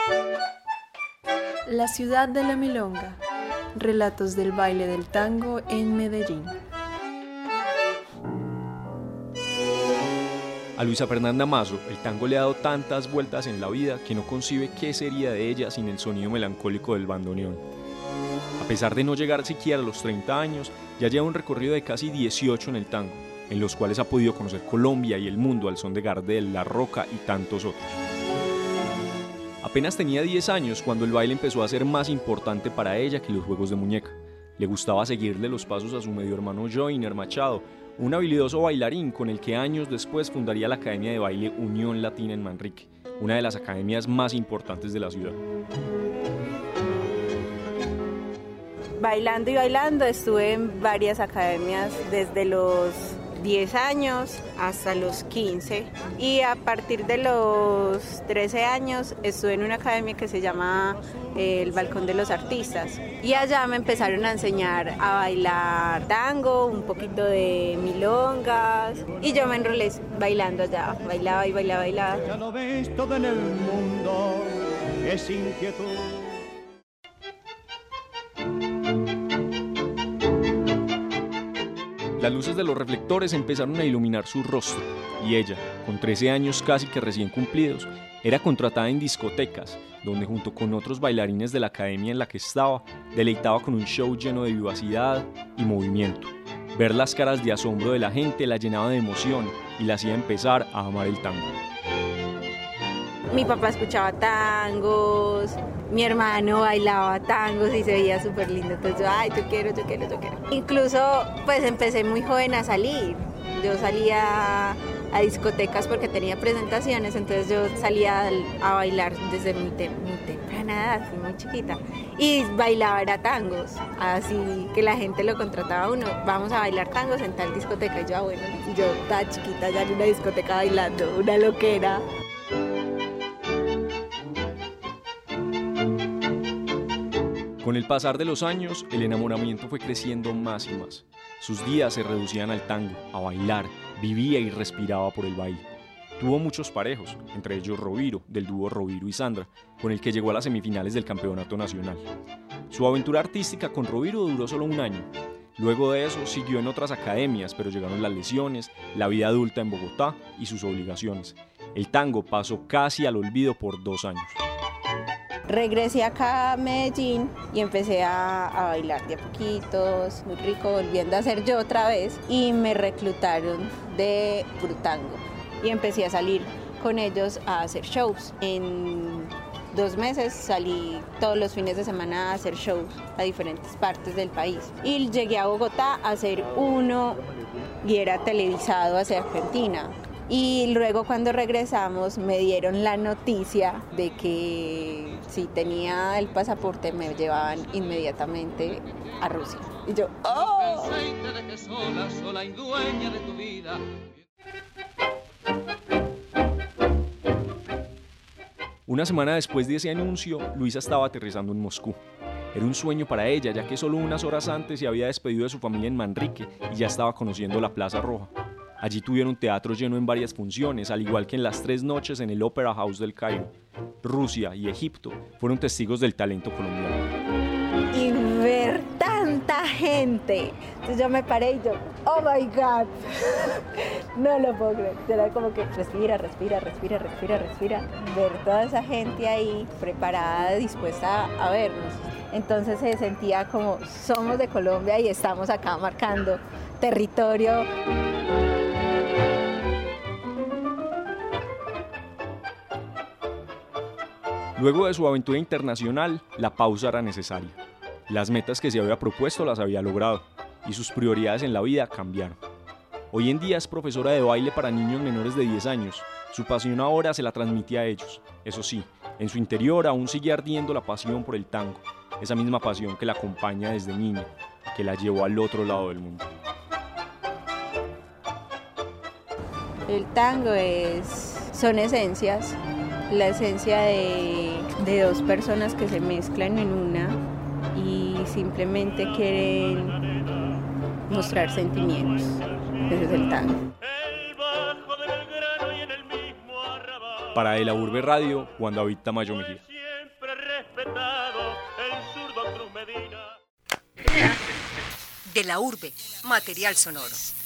La ciudad de la milonga. Relatos del baile del tango en Medellín. A Luisa Fernanda Mazo, el tango le ha dado tantas vueltas en la vida que no concibe qué sería de ella sin el sonido melancólico del bandoneón. A pesar de no llegar siquiera a los 30 años, ya lleva un recorrido de casi 18 en el tango, en los cuales ha podido conocer Colombia y el mundo al son de Gardel, La Roca y tantos otros. Apenas tenía 10 años cuando el baile empezó a ser más importante para ella que los juegos de muñeca. Le gustaba seguirle los pasos a su medio hermano Joyner Machado, un habilidoso bailarín con el que años después fundaría la Academia de Baile Unión Latina en Manrique, una de las academias más importantes de la ciudad. Bailando y bailando, estuve en varias academias desde los 10 años hasta los 15 y a partir de los 13 años estuve en una academia que se llama el Balcón de los Artistas y allá me empezaron a enseñar a bailar tango, un poquito de milongas y yo me enrolé bailando allá, bailaba. Ya lo ves todo en el mundo, es inquietud. Las luces de los reflectores empezaron a iluminar su rostro y ella, con 13 años casi que recién cumplidos, era contratada en discotecas, donde junto con otros bailarines de la academia en la que estaba, deleitaba con un show lleno de vivacidad y movimiento. Ver las caras de asombro de la gente la llenaba de emoción y la hacía empezar a amar el tango. Mi papá escuchaba tangos, mi hermano bailaba tangos y se veía súper lindo, entonces yo quiero. Incluso pues empecé muy joven a salir, yo salía a discotecas porque tenía presentaciones, entonces yo salía a bailar desde muy temprana edad, fui muy chiquita, y bailaba era tangos, así que la gente lo contrataba a uno, vamos a bailar tangos en tal discoteca, y yo, yo estaba chiquita ya en una discoteca bailando, una loquera. Con el pasar de los años, el enamoramiento fue creciendo más y más. Sus días se reducían al tango, a bailar, vivía y respiraba por el baile. Tuvo muchos parejos, entre ellos Roviro, del dúo Roviro y Sandra, con el que llegó a las semifinales del campeonato nacional. Su aventura artística con Roviro duró solo un año. Luego de eso siguió en otras academias, pero llegaron las lesiones, la vida adulta en Bogotá y sus obligaciones. El tango pasó casi al olvido por 2 años. Regresé acá a Medellín y empecé a bailar de a poquitos, muy rico, volviendo a ser yo otra vez y me reclutaron de Frutango y empecé a salir con ellos a hacer shows. En 2 meses salí todos los fines de semana a hacer shows a diferentes partes del país y llegué a Bogotá a hacer uno y era televisado hacia Argentina. Y luego cuando regresamos me dieron la noticia de que si tenía el pasaporte me llevaban inmediatamente a Rusia. Y yo, ¡oh! Una semana después de ese anuncio, Luisa estaba aterrizando en Moscú. Era un sueño para ella, ya que solo unas horas antes se había despedido de su familia en Manrique y ya estaba conociendo la Plaza Roja. Allí tuvieron teatro lleno en varias funciones, al igual que en las 3 noches en el Opera House del Cairo. Rusia y Egipto fueron testigos del talento colombiano. Y ver tanta gente. Entonces yo me paré y yo, oh my God, no lo puedo creer. Era como que respira. Ver toda esa gente ahí preparada, dispuesta a vernos. Entonces se sentía como somos de Colombia y estamos acá marcando territorio. Luego de su aventura internacional, la pausa era necesaria. Las metas que se había propuesto las había logrado y sus prioridades en la vida cambiaron. Hoy en día es profesora de baile para niños menores de 10 años. Su pasión ahora se la transmite a ellos. Eso sí, en su interior aún sigue ardiendo la pasión por el tango, esa misma pasión que la acompaña desde niña, que la llevó al otro lado del mundo. El tango son esencias, la esencia de 2 personas que se mezclan en una y simplemente quieren mostrar sentimientos. Ese es el tango. Para De la Urbe Radio, Juan David Tamayo Mejía. respetado, el zurdo Cruz Medina. De la urbe, material sonoro.